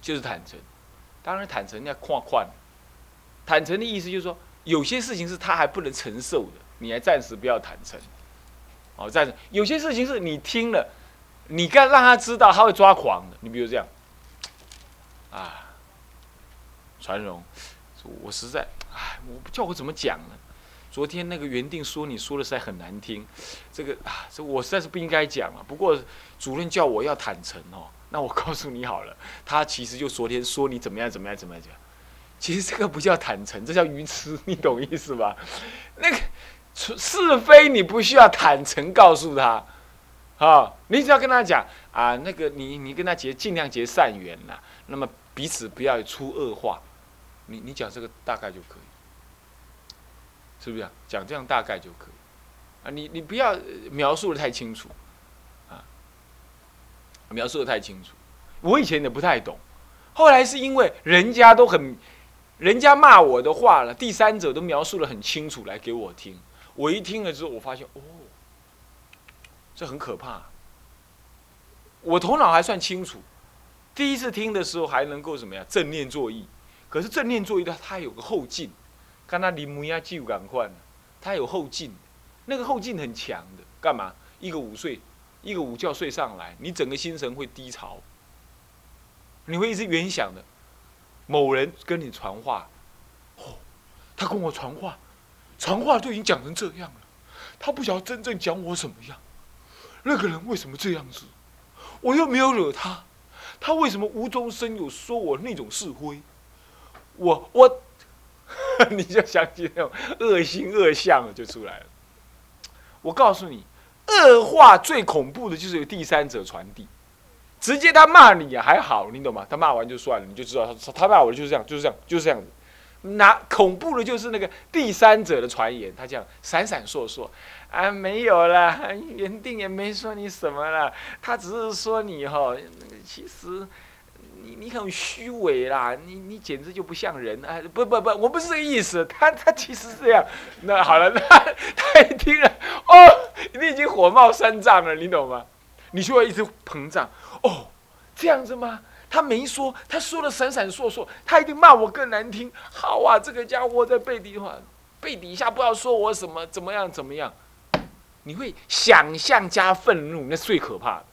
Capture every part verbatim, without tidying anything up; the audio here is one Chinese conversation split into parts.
就是坦诚。当然，坦诚要看宽。坦诚的意思就是说，有些事情是他还不能承受的，你还暂时不要坦诚。哦，暂时有些事情是你听了，你该让他知道，他会抓狂的。你比如这样，啊，传荣，我实在，哎，我不叫我怎么讲呢？昨天那个原定说你说的实在很难听，这个啊，这我实在是不应该讲了。不过主任叫我要坦诚哦，那我告诉你好了，他其实就昨天说你怎么样怎么样怎么样，其实这个不叫坦诚，这叫愚痴，你懂意思吧？那个是非你不需要坦诚告诉他，啊，你只要跟他讲啊，那个你你跟他结尽量结善缘啦，那么彼此不要出恶话，你你讲这个大概就可以。是不是啊？讲这样大概就可以啊，你你不要描述的太清楚啊，描述的太清楚。我以前也不太懂，后来是因为人家都很，人家骂我的话了，第三者都描述的很清楚来给我听，我一听了之后，我发现哦，这很可怕。我头脑还算清楚，第一次听的时候还能够怎么样正念作意，可是正念作意它它有个后劲。跟他林木亚就赶快，他有后劲，那个后劲很强的。干嘛？一个午睡，一个午觉睡上来，你整个心神会低潮，你会一直原想的某人跟你传话，哦，他跟我传话，传话都已经讲成这样了，他不晓得真正讲我什么样，那个人为什么这样子？我又没有惹他，他为什么无中生有说我那种是非？我我。你就想起那种恶心恶相就出来了。我告诉你，恶话最恐怖的就是有第三者传递。直接他骂你啊还好，你懂吗？他骂完就算了，你就知道他他骂我的就是这样，就是这样，就是这样子。那恐怖的就是那个第三者的传言，他这样闪闪烁烁啊，没有啦，原定也没说你什么啦，他只是说你哈，其实。你你很虚伪啦，你你简直就不像人啊！不不不，我不是这个意思，他他其实是这样。那好了，那他一听了，哦，你已经火冒三丈了，你懂吗？你就会一直膨胀。哦，这样子吗？他没说，他说的闪闪烁烁，他一定骂我更难听。好啊，这个家伙在背底话，背底下不知道说我什么，怎么样怎么样。你会想象加愤怒，那最可怕的。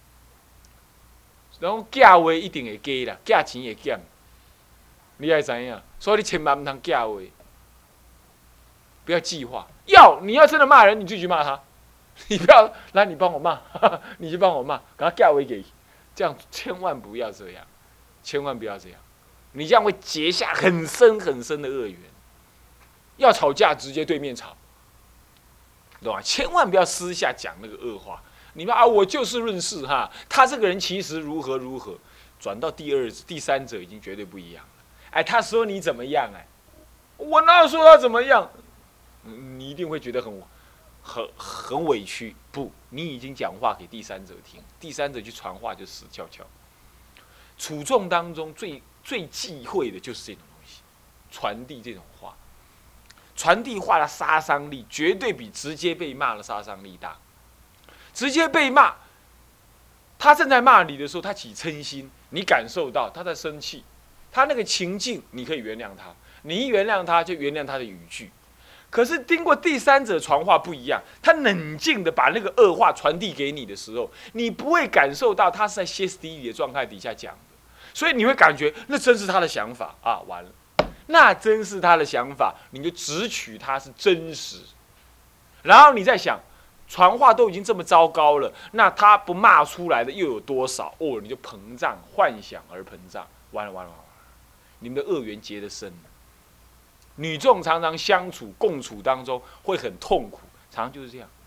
然后假话一定会假啦，假钱会减，你爱知影？所以你千万不能假话，不要计划。要你要真的骂人，你自己去骂他，你不要来你帮我骂，你就帮我骂，给他假话给，这样千万不要这样，千万不要这样，你这样会结下很深很深的恶缘。要吵架直接对面吵，懂吗？千万不要私下讲那个恶话。你们啊，我就事论事哈，他这个人其实如何如何，转到第二、第三者已经绝对不一样了。哎，他说你怎么样？哎，我哪有说他怎么样？你一定会觉得很、很、很委屈。不，你已经讲话给第三者听，第三者去传话就死翘翘。处众当中最最忌讳的就是这种东西，传递这种话，传递话的杀伤力绝对比直接被骂的杀伤力大。直接被骂，他正在骂你的时候，他起嗔心，你感受到他在生气，他那个情境你可以原谅他，你一原谅他就原谅他的语句。可是经过第三者传话不一样，他冷静的把那个恶话传递给你的时候，你不会感受到他是在歇斯底里的状态底下讲的，所以你会感觉那真是他的想法啊，完了，那真是他的想法，你就只取他是真实，然后你再想。传话都已经这么糟糕了，那他不骂出来的又有多少？哦，你就膨胀，幻想而膨胀，完了完了完了，你们的恶缘结得深。女众常常相处共处当中会很痛苦，常常就是这样，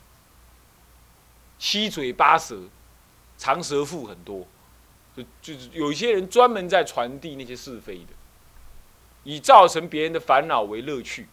七嘴八舌，长舌妇很多，就就是有一些人专门在传递那些是非的，以造成别人的烦恼为乐趣。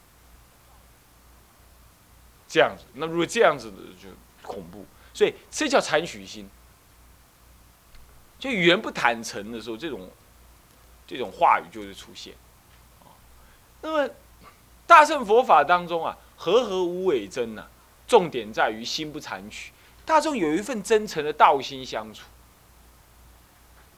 这样子，那如果这样子的就恐怖，所以这叫残许心。就语言不坦诚的时候，这种这种话语就会出现。那么大乘佛法当中啊，和合无伪真呐、啊，重点在于心不残取。大众有一份真诚的道心相处，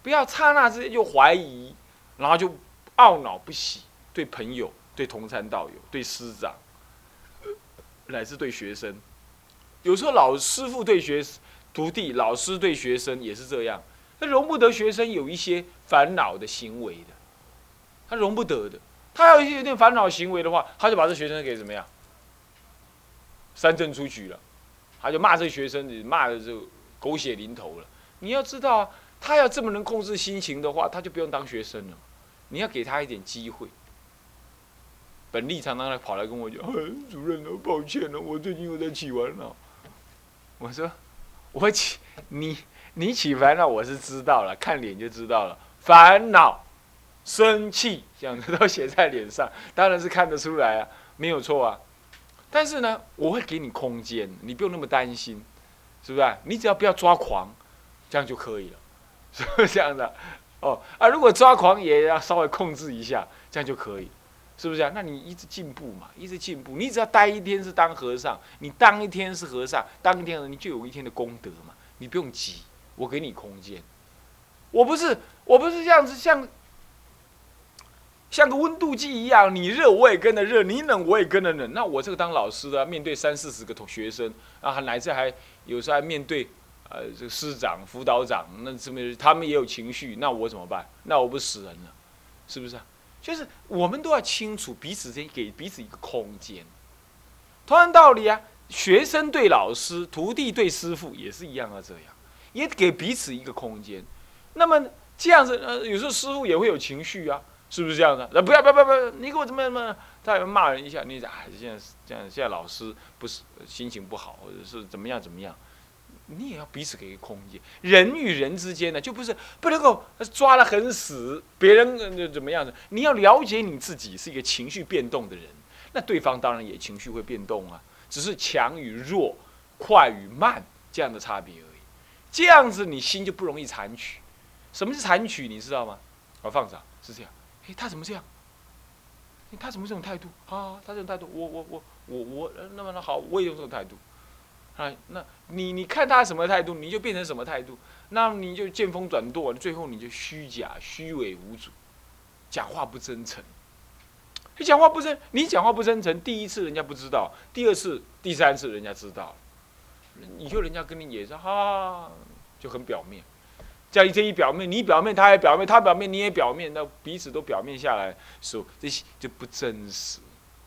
不要刹那之间就怀疑，然后就懊恼不喜，对朋友、对同参道友、对师长，乃至对学生。有时候老师傅对学徒弟，老师对学生也是这样，他容不得学生有一些烦恼的行为的，他容不得的。他要有点烦恼行为的话，他就把这学生给怎么样？三振出局了，他就骂这学生，骂的就狗血淋头了。你要知道啊，他要这么能控制心情的话，他就不用当学生了。你要给他一点机会。本利常常跑来跟我讲：“哎，主任啊，抱歉了，我最近又在起烦恼。”我说：“我起你你起烦恼，我是知道了，看脸就知道了。烦恼、生气，这样子都写在脸上，当然是看得出来啊，没有错啊。但是呢，我会给你空间，你不用那么担心，是不是、啊？你只要不要抓狂，这样就可以了，是不是这样的？哦啊，如果抓狂也要稍微控制一下，这样就可以。”是不是啊？那你一直进步嘛，一直进步。你只要待一天是当和尚，你当一天是和尚，当一天你就有一天的功德嘛。你不用急，我给你空间。我不是，我不是这样子，像像个温度计一样，你热我也跟着热，你冷我也跟着冷。那我这个当老师的，面对三四十个同学生，啊，乃至还有时候还面对呃这个师长、辅导长，那什么他们也有情绪，那我怎么办？那我不死人了，是不是啊？就是我们都要清楚彼此之间给彼此一个空间。同样道理啊，学生对老师，徒弟对师傅也是一样的，这样也给彼此一个空间。那么这样子，呃，有时候师傅也会有情绪啊，是不是这样的？呃，不要不要不要不要，你给我怎么怎么，他也会骂人一下，你讲哎，现在这样，现在老师不是心情不好，或者是怎么样怎么样。你也要彼此给个空间，人与人之间呢，就不是不能够抓得很死，别人怎么样的？你要了解你自己是一个情绪变动的人，那对方当然也情绪会变动啊，只是强与弱、快与慢这样的差别而已。这样子你心就不容易残取。什么是残取？你知道吗？我放长是这样，哎，他怎么这样？他怎么这种态度啊？他这种态度，我我我我我，那么好，我也用这种态度。啊，那你你看他什么态度，你就变成什么态度，那你就见风转舵，最后你就虚假、虚伪无主，讲话不真诚。你讲话不真，你讲话不真诚，第一次人家不知道，第二次、第三次人家知道，以后人家跟你也是哈，就很表面。这样这一表面，你表面，他也表面，他表面，你也表面，那彼此都表面下来，说这些就不真实。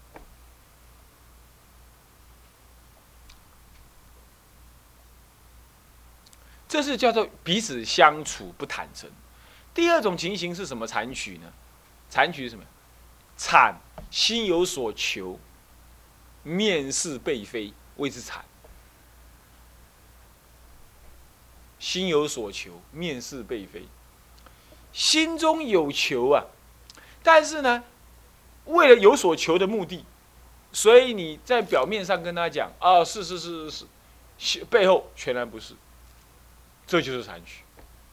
这是叫做彼此相处不坦诚。第二种情形是什么残取呢？残取是什么？谄，心有所求，面是背非，谓之谄。心有所求，面是背非，心中有求啊，但是呢，为了有所求的目的，所以你在表面上跟他讲啊，是是是是是，背后全然不是。这就是残取，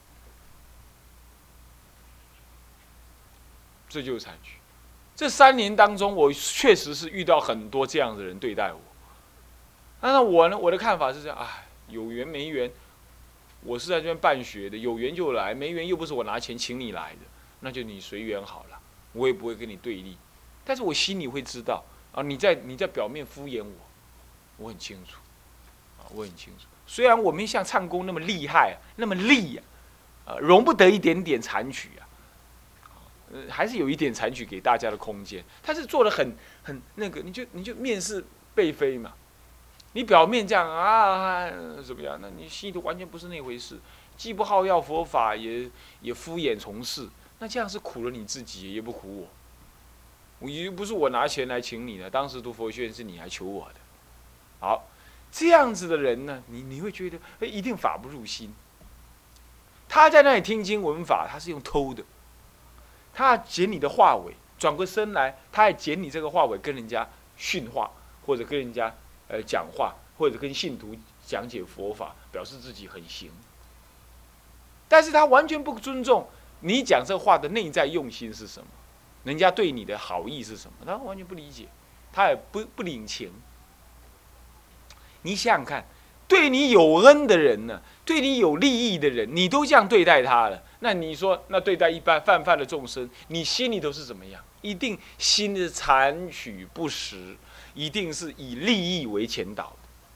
这就是残取。这三年当中，我确实是遇到很多这样的人对待我。那我呢？我的看法是这样：哎，有缘没缘，我是在这边办学的，有缘就来，没缘又不是我拿钱请你来的，那就你随缘好了，我也不会跟你对立。但是我心里会知道啊，你在你在表面敷衍我，我很清楚，啊，我很清楚。虽然我没像唱功那么厉害、啊，那么利呀、啊，呃，容不得一点点残取啊，呃，还是有一点残取给大家的空间。他是做的很很那个，你就你就面是背非嘛，你表面这样啊怎么样？那你心里完全不是那回事，既不好要佛法，也也敷衍从事，那这样是苦了你自己，也不苦我。我又不是我拿钱来请你的，当时读佛学院是你来求我的，好。这样子的人呢，你你会觉得，哎，一定法不入心。他在那里听经闻法，他是用偷的，他捡你的话尾，转过身来，他还捡你这个话尾跟人家训话，或者跟人家呃讲话，或者跟信徒讲解佛法，表示自己很行。但是他完全不尊重你讲这话的内在用心是什么，人家对你的好意是什么，他完全不理解，他也不不领情。你想想看，对你有恩的人呢，对你有利益的人，你都这样对待他了， 那你说，那对待一般泛泛的众生，你心里头是怎么样？一定心是残取不实，一定是以利益为前导的。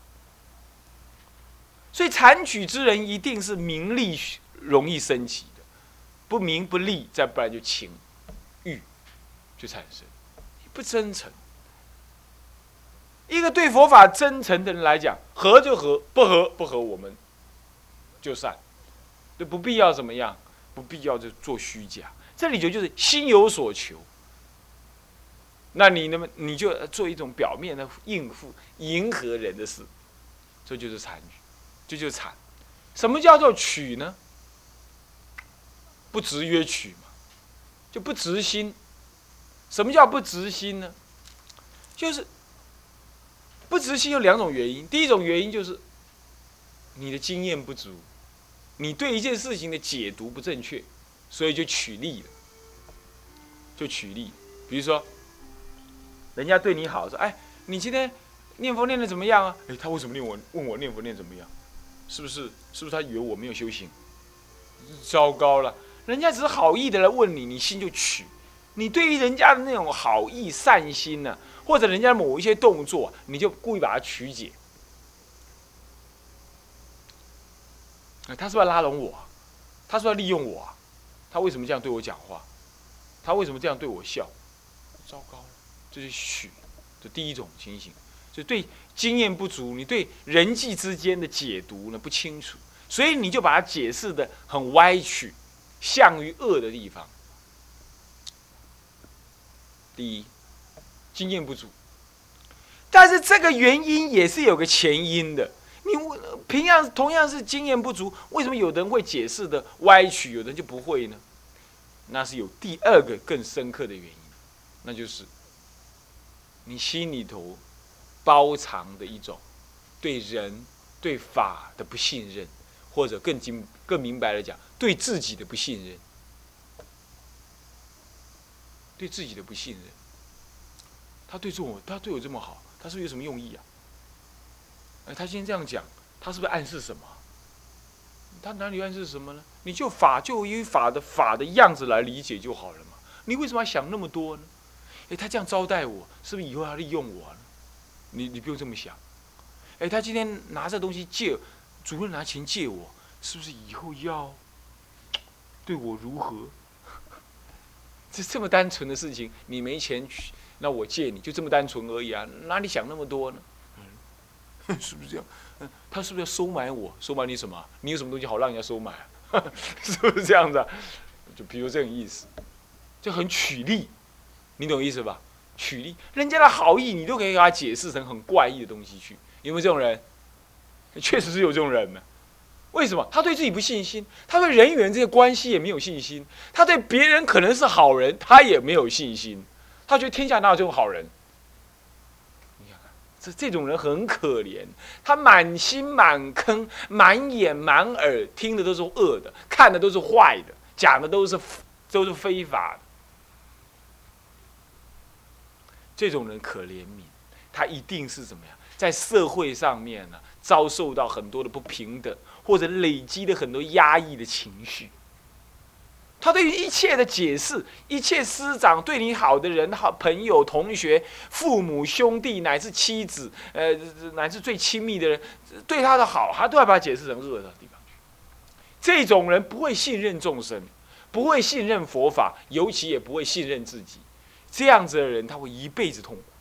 所以残取之人，一定是名利容易升起的，不名不利，再不然就情欲就产生，不真诚。一个对佛法真诚的人来讲，合就合，不合不合，我们就散，就不必要怎么样，不必要就做虚假。这里就就是心有所求。那你那么你就做一种表面的应付、迎合人的事，这就是残取，这就是残。什么叫做取呢？不执约取嘛，就不执心。什么叫不执心呢？就是不执心有两种原因。第一种原因就是你的经验不足，你对一件事情的解读不正确，所以就取利了，就取利。比如说，人家对你好，说：“哎，你今天念佛念得怎么样啊？”哎，他为什么念我问我念佛念怎么样？是不是？是不是他以为我没有修行？糟糕了，人家只是好意的来问你，你心就取。你对于人家的那种好意、善心呢、啊，或者人家某一些动作，你就故意把它曲解。他是不是要拉拢我？他是不是要利用我？他为什么这样对我讲话？他为什么这样对我笑？糟糕了，这是取，这第一种情形，就对经验不足，你对人际之间的解读呢不清楚，所以你就把它解释的很歪曲，向于恶的地方。第一，经验不足，但是这个原因也是有个前因的。你平样同样是经验不足，为什么有的人会解释的歪曲，有的人就不会呢？那是有第二个更深刻的原因，那就是你心里头包藏的一种对人、对法的不信任，或者更精、更明白的讲，对自己的不信任。对自己的不信任，他对我，他对我这么好，他是不是有什么用意啊？哎，他今天这样讲，他是不是暗示什么？他哪里暗示什么呢？你就法就以法的法的样子来理解就好了嘛。你为什么要想那么多呢？哎，他这样招待我，是不是以后要利用我呢？你你不用这么想。哎，他今天拿这东西借，主任拿钱借我，是不是以后要对我如何？这这么单纯的事情，你没钱取，那我借你，就这么单纯而已啊，哪里想那么多呢？嗯、是不是这样？嗯、他是不是要收买我？收买你什么？你有什么东西好让人家收买啊？是不是这样子啊？就比如这种意思，就很取利，你懂意思吧？取利，人家的好意你都可以给他解释成很怪异的东西去，有没有这种人？确实是有这种人呢。为什么？他对自己不信心，他对人缘这些关系也没有信心，他对别人可能是好人，他也没有信心，他觉得天下哪有这种好人？你看看，这这种人很可怜，他满心满坑、满眼满耳，听的都是恶的，看的都是坏的，讲的都是都是非法的。这种人可怜悯，他一定是怎么样，在社会上面呢、啊，遭受到很多的不平等。或者累积了很多压抑的情绪，他对于一切的解释，一切师长对你好的人、好朋友、同学、父母、兄弟，乃至妻子，呃，乃至最亲密的人，对他的好，他都要把它解释成恶的地方去。这种人不会信任众生，不会信任佛法，尤其也不会信任自己。这样子的人，他会一辈子痛苦，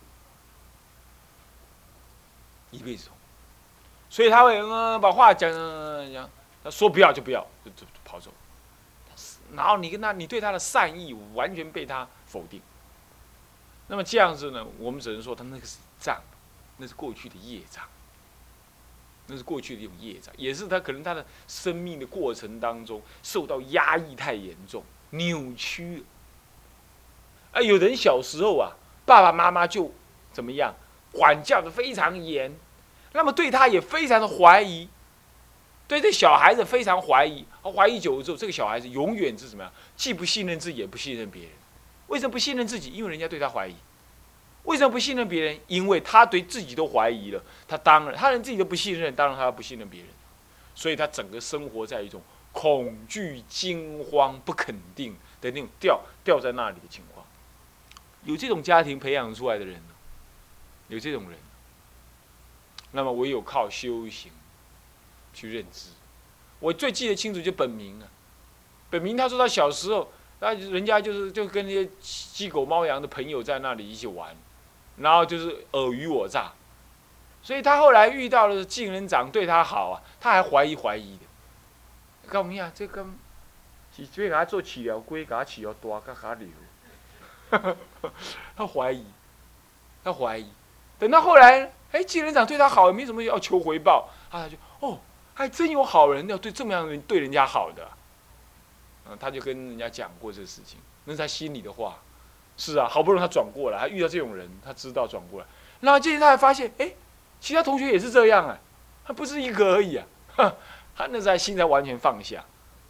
一辈子痛苦。所以他会嗯把话讲讲，他说不要就不要，就就跑走。然后你跟他，你对他的善意完全被他否定。那么这样子呢，我们只能说他那个是障，那是过去的业障，那是过去的一种业障，也是他可能他的生命的过程当中受到压抑太严重，扭曲了。啊，有人小时候啊，爸爸妈妈就怎么样，管教的非常严。那么对他也非常的怀疑，对这小孩子非常怀疑，怀疑久了之后，这个小孩子永远是怎么样？既不信任自己，也不信任别人。为什么不信任自己？因为人家对他怀疑。为什么不信任别人？因为他对自己都怀疑了，他当然他连自己都不信任，当然他不信任别人。所以他整个生活在一种恐惧、惊慌、不肯定的那种吊吊在那里的情况。有这种家庭培养出来的人，有这种人，那么唯有靠修行去认知。我最记得清楚就本明啊，本明他说他小时候，那人家就是就跟那些鸡狗猫羊的朋友在那里一起玩，然后就是尔虞我诈，所以他后来遇到了晋人长对他好啊，他还怀疑怀疑的。讲咩啊？这跟是做给他做饲料龟，给他饲料大，甲他流。他怀疑，他怀疑。等到后来，哎，晋人长对他好，也没什么要求回报，他就哦，还真有好人要对这么样的人对人家好的、啊。嗯，他就跟人家讲过这事情，那是他心里的话。是啊，好不容易他转过来，他遇到这种人，他知道转过来。然后渐渐他还发现，哎，其他同学也是这样啊，他不是一个而已啊。他那才心才完全放下，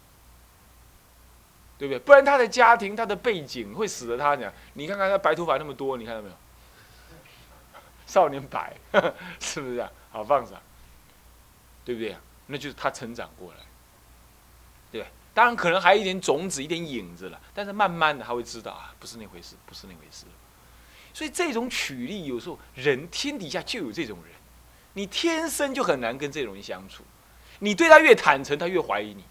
对不对？不然他的家庭、他的背景会使得他讲，你看看他白头发那么多，你看到没有？少年白，是不是这样？好放上，对不对？那就是他成长过来，对不对？当然可能还有一点种子、一点影子了，但是慢慢的他会知道啊，不是那回事，不是那回事。所以这种取力，有时候人天底下就有这种人，你天生就很难跟这种人相处。你对他越坦诚，他越怀疑你，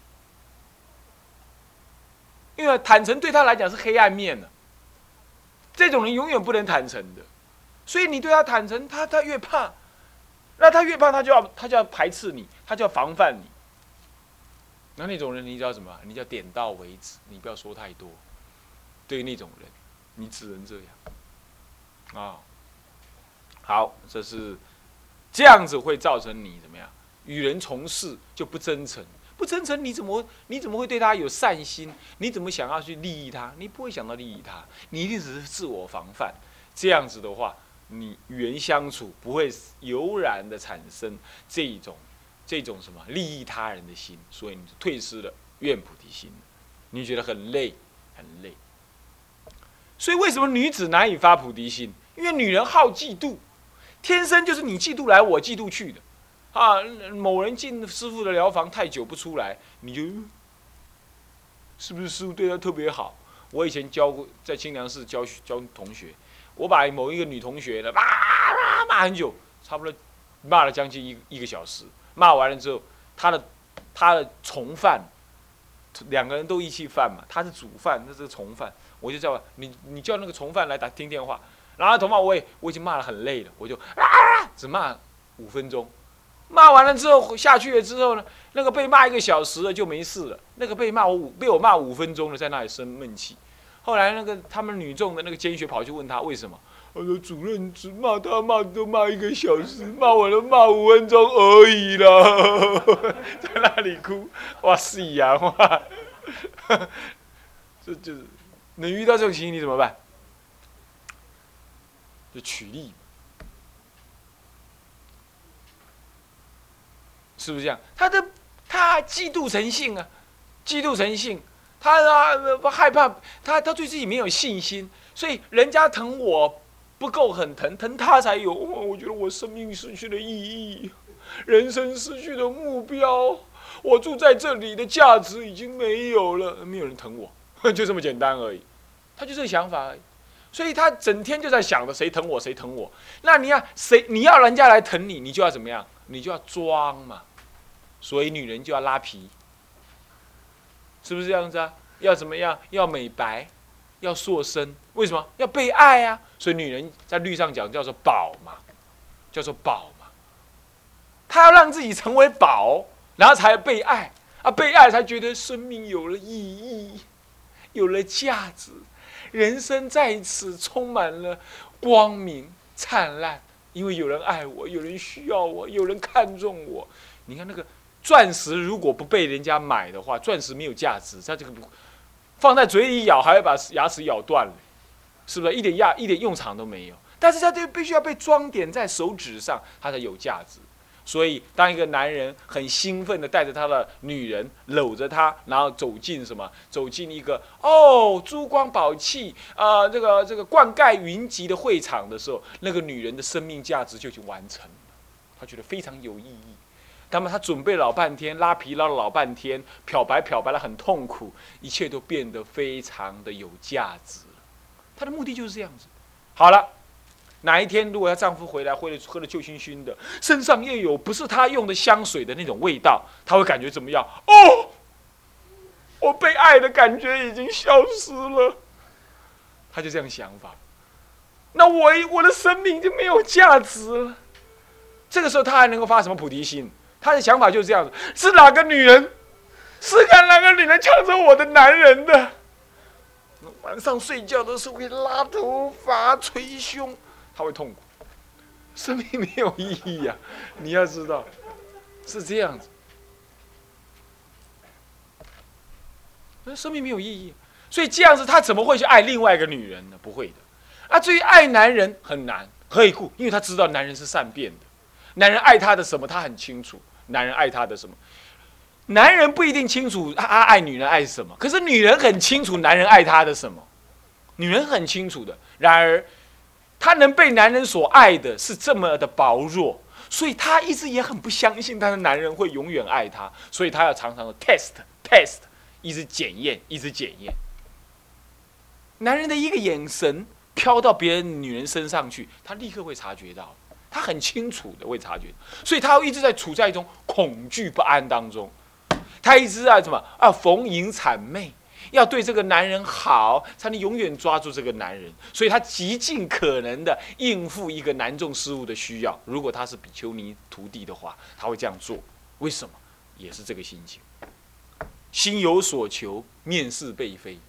因为坦诚对他来讲是黑暗面的。这种人永远不能坦诚的，所以你对他坦诚，他他越怕，那他越怕，他就要他就要排斥你，他就要防范你。那那种人，你知道什么？你就要点到为止，你不要说太多。对于那种人，你只能这样啊、哦。好，这是这样子会造成你怎么样？与人从事就不真诚，不真诚，你怎么你怎么会对他有善心？你怎么想要去利益他？你不会想到利益他，你一定只是自我防范。这样子的话，你与人相处不会油然的产生这种这种什么利益他人的心，所以你就退失了愿菩提心，你觉得很累，很累。所以为什么女子难以发菩提心？因为女人好嫉妒，天生就是你嫉妒来，我嫉妒去的。啊，某人进师父的疗房太久不出来，你就是不是师父对他特别好？我以前教过，在清凉寺教教同学，我把某一个女同学呢，骂骂骂很久，差不多骂了将近一一个小时。骂完了之后，他的他的从犯，两个人都一起犯嘛，他是主犯，那是从犯，我就叫你你叫那个从犯来打听电话，然后同犯我也我已经骂得很累了，我就啊只骂五分钟。骂完了之后下去了之后呢，那个被骂一个小时了就没事了，那个被骂我五被我骂五分钟了，在那里生闷气。后来那个他们女众的那个监学跑去问他为什么，我说主任只骂他骂都骂一个小时，骂完了骂五分钟而已啦，在那里哭，哇是呀哇，这就是你遇到这种情形你怎么办？就取利。是不是这样？他的他嫉妒成性啊，嫉妒成性，他啊害怕，他他对自己没有信心，所以人家疼我不够很疼，疼他才有。我觉得我生命失去了意义，人生失去了目标，我住在这里的价值已经没有了，没有人疼我，就这么简单而已。他就这个想法而已，所以他整天就在想着谁疼我，谁疼我。那你要谁？你要人家来疼你，你就要怎么样？你就要装嘛。所以女人就要拉皮，是不是这样子啊？要怎么样？要美白，要塑身，为什么？要被爱啊！所以女人在律上讲叫做宝嘛，叫做宝嘛。她要让自己成为宝，然后才被爱啊，被爱才觉得生命有了意义，有了价值，人生在此充满了光明灿烂，因为有人爱我，有人需要我，有人看重我。你看那个。钻石如果不被人家买的话，钻石没有价值。它这个放在嘴里咬，还会把牙齿咬断了，是不是一点压一点用场都没有？但是它就必须要被装点在手指上，它才有价值。所以，当一个男人很兴奋的带着他的女人搂着她，然后走进什么？走进一个哦珠光宝气啊、呃，这个这个冠盖云集的会场的时候，那个女人的生命价值就已经完成了，她觉得非常有意义。 那么他准备了老半天，拉皮拉了老半天，漂白漂白了很痛苦，一切都变得非常的有价值了。他的目的就是这样子。好了，哪一天如果她丈夫回来，喝了喝了醉醺醺的，身上又有不是他用的香水的那种味道，他会感觉怎么样？哦，我被爱的感觉已经消失了。他就这样想法，那我我的生命就没有价值了。这个时候他还能够发什么菩提心？他的想法就是这样子：是哪个女人？是看哪个女人抢走我的男人的？晚上睡觉的时候会拉头发、捶胸，他会痛苦。生命没有意义呀、啊！你要知道，是这样子。生命没有意义，所以这样子他怎么会去爱另外一个女人呢？不会的。啊，至于爱男人很难，何以故？因为他知道男人是善变的，男人爱他的什么，他很清楚。男人爱他的什么？男人不一定清楚他爱女人爱什么，可是女人很清楚男人爱她的什么，女人很清楚的。然而，她能被男人所爱的是这么的薄弱，所以她一直也很不相信她的男人会永远爱她，所以她要常常的 test test， 一直检验，一直检验。男人的一个眼神飘到别人女人身上去，他立刻会察觉到。他很清楚的会察觉，所以他一直在处在一种恐惧不安当中。他一直在什么啊？逢迎谄媚，要对这个男人好，才能永远抓住这个男人。所以他极尽可能的应付一个男众事务的需要。如果他是比丘尼徒弟的话，他会这样做。为什么？也是这个心情，心有所求，面似被非。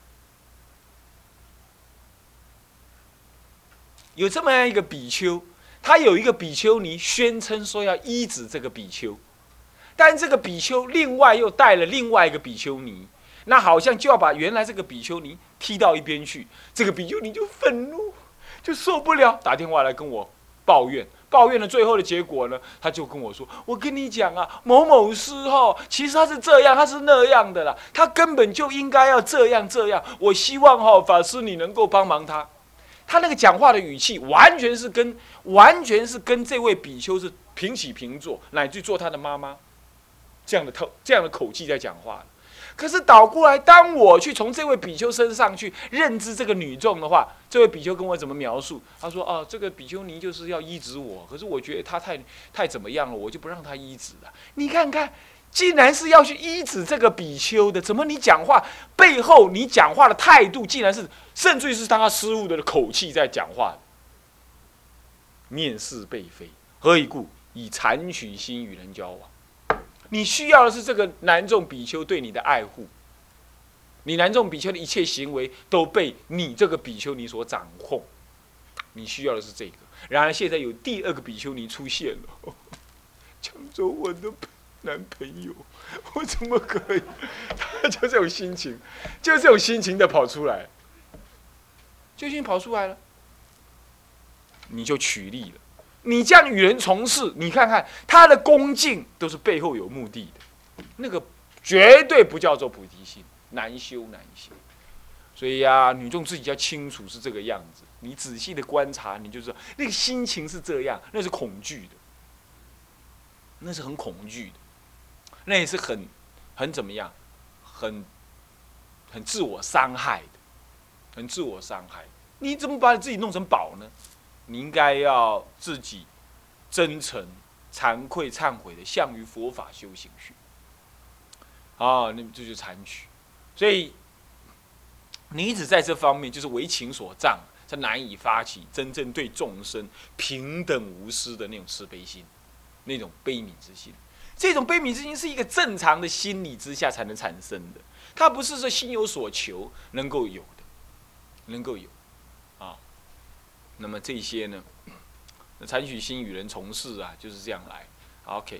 有这么样一个比丘。他有一个比丘尼宣称说要医治这个比丘，但这个比丘另外又带了另外一个比丘尼，那好像就要把原来这个比丘尼踢到一边去。这个比丘尼就愤怒，就受不了，打电话来跟我抱怨。抱怨的最后的结果呢，他就跟我说：“我跟你讲啊，某某师哈，其实他是这样，他是那样的啦，他根本就应该要这样这样。我希望哈法师你能够帮忙他。”他那个讲话的语气，完全是跟完全是跟这位比丘是平起平坐，乃至做他的妈妈这样的口这样的口气在讲话的。可是倒过来，当我去从这位比丘身上去认知这个女众的话，这位比丘跟我怎么描述？他说：“哦，这个比丘尼就是要医治我，可是我觉得他太太怎么样了，我就不让他医治了。你看看。”既然是要去医治这个比丘的，怎么你讲话背后你讲话的态度，竟然是甚至于是当他失误的口气在讲话的，面似被非。何以故？以谄取心与人交往。你需要的是这个男众比丘对你的爱护，你男众比丘的一切行为都被你这个比丘尼所掌控，你需要的是这个。然而现在有第二个比丘尼出现了，抢走我的男朋友，我怎么可以？他就这种心情，就这种心情的跑出来，就心跑出来了，你就取利了。你这样与人从事，你看看他的恭敬都是背后有目的的，那个绝对不叫做菩提心，难修难修。所以呀、啊，女众自己要清楚是这个样子，你仔细的观察，你就知道那个心情是这样，那是恐惧的，那是很恐惧的。那也是很，很怎么样，很，很自我伤害的，很自我伤害。你怎么把你自己弄成宝呢？你应该要自己真诚、惭愧、忏悔的向于佛法修行去。啊，那这就是禅取。所以，你一直在这方面就是为情所障，才难以发起真正对众生平等无私的那种慈悲心，那种悲悯之心。这种悲悯之心是一个正常的心理之下才能产生的，它不是说心有所求能够有的，能够有，啊，那么这些呢，采取心与人从事啊，就是这样来。OK，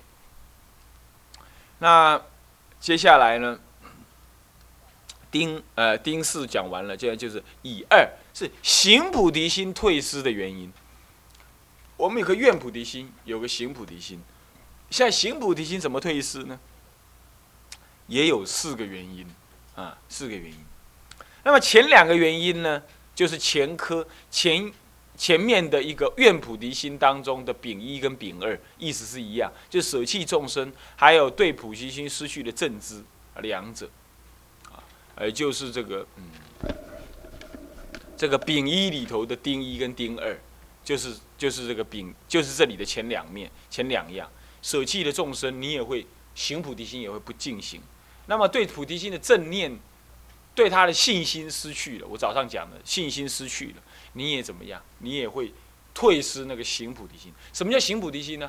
那接下来呢，丁呃丁四讲完了，接下来就是以二是行菩提心退失的原因。我们有个愿菩提心，有个行菩提心。现在行菩提心怎么退失呢？也有四个原因啊，四个原因。那么前两个原因呢，就是前科前前面的一个愿菩提心当中的丙一跟丙二意思是一样，就舍弃众生，还有对菩提心失去的正知，两者，啊，也就是这个嗯，这个丙一里头的丁一跟丁二，就是就是这个丙，就是这里的前两面前两样，舍弃了众生，你也会行菩提心也会不进行，那么对菩提心的正念，对他的信心失去了，我早上讲的信心失去了。你也怎么样？你也会退失那个行菩提心。什么叫行菩提心呢？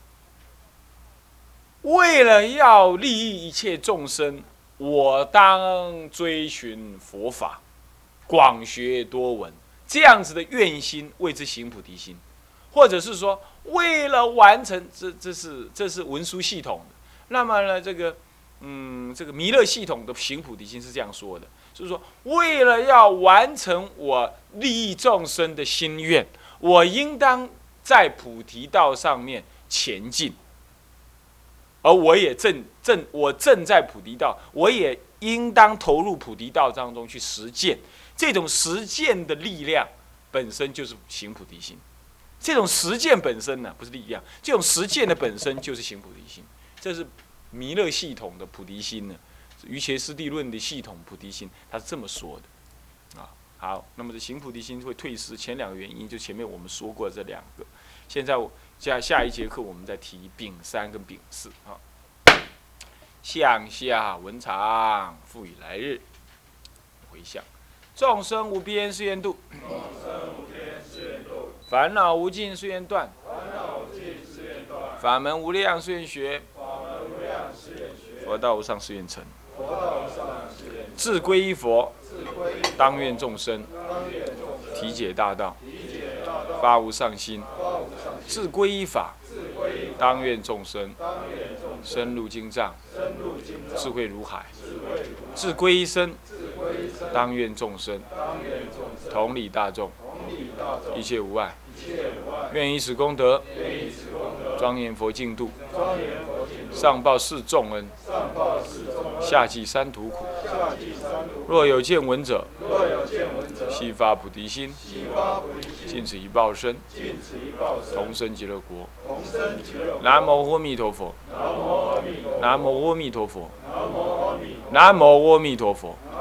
为了要利益一切众生，我当追寻佛法，广学多闻，这样子的愿心谓之行菩提心，或者是说，为了完成这这是这是文殊系统的。那么呢，这个嗯，这个弥勒系统的行菩提心是这样说的。就是说，为了要完成我利益众生的心愿，我应当在菩提道上面前进，而我也正正我正在菩提道，我也应当投入菩提道当中去实践。这种实践的力量本身就是行菩提心。这种实践本身呢，不是力量，这种实践的本身就是行菩提心。这是弥勒系统的菩提心呢。瑜伽师地论的系统菩提心，他是这么说的，啊，好，那么这行菩提心会退失，前两个原因就前面我们说过这两个，现在下下一节课我们再提丙三跟丙四啊。向下文长，复以来日回向，众生无边誓愿度，烦恼无尽誓愿断，法门无量誓愿学，佛道无上誓愿成。自归依佛，当愿众生体解大道，发无上心；自归依法，当愿众生深入经藏，智慧如海；自归依身，当愿众生同理大众，一切无碍。愿以此功德，庄严佛净土，上报四重恩，下济三途苦。若有见闻者，悉发菩提心，尽此一报身，同生极乐国。南无阿弥陀佛。南无阿弥陀佛。南无阿弥陀佛。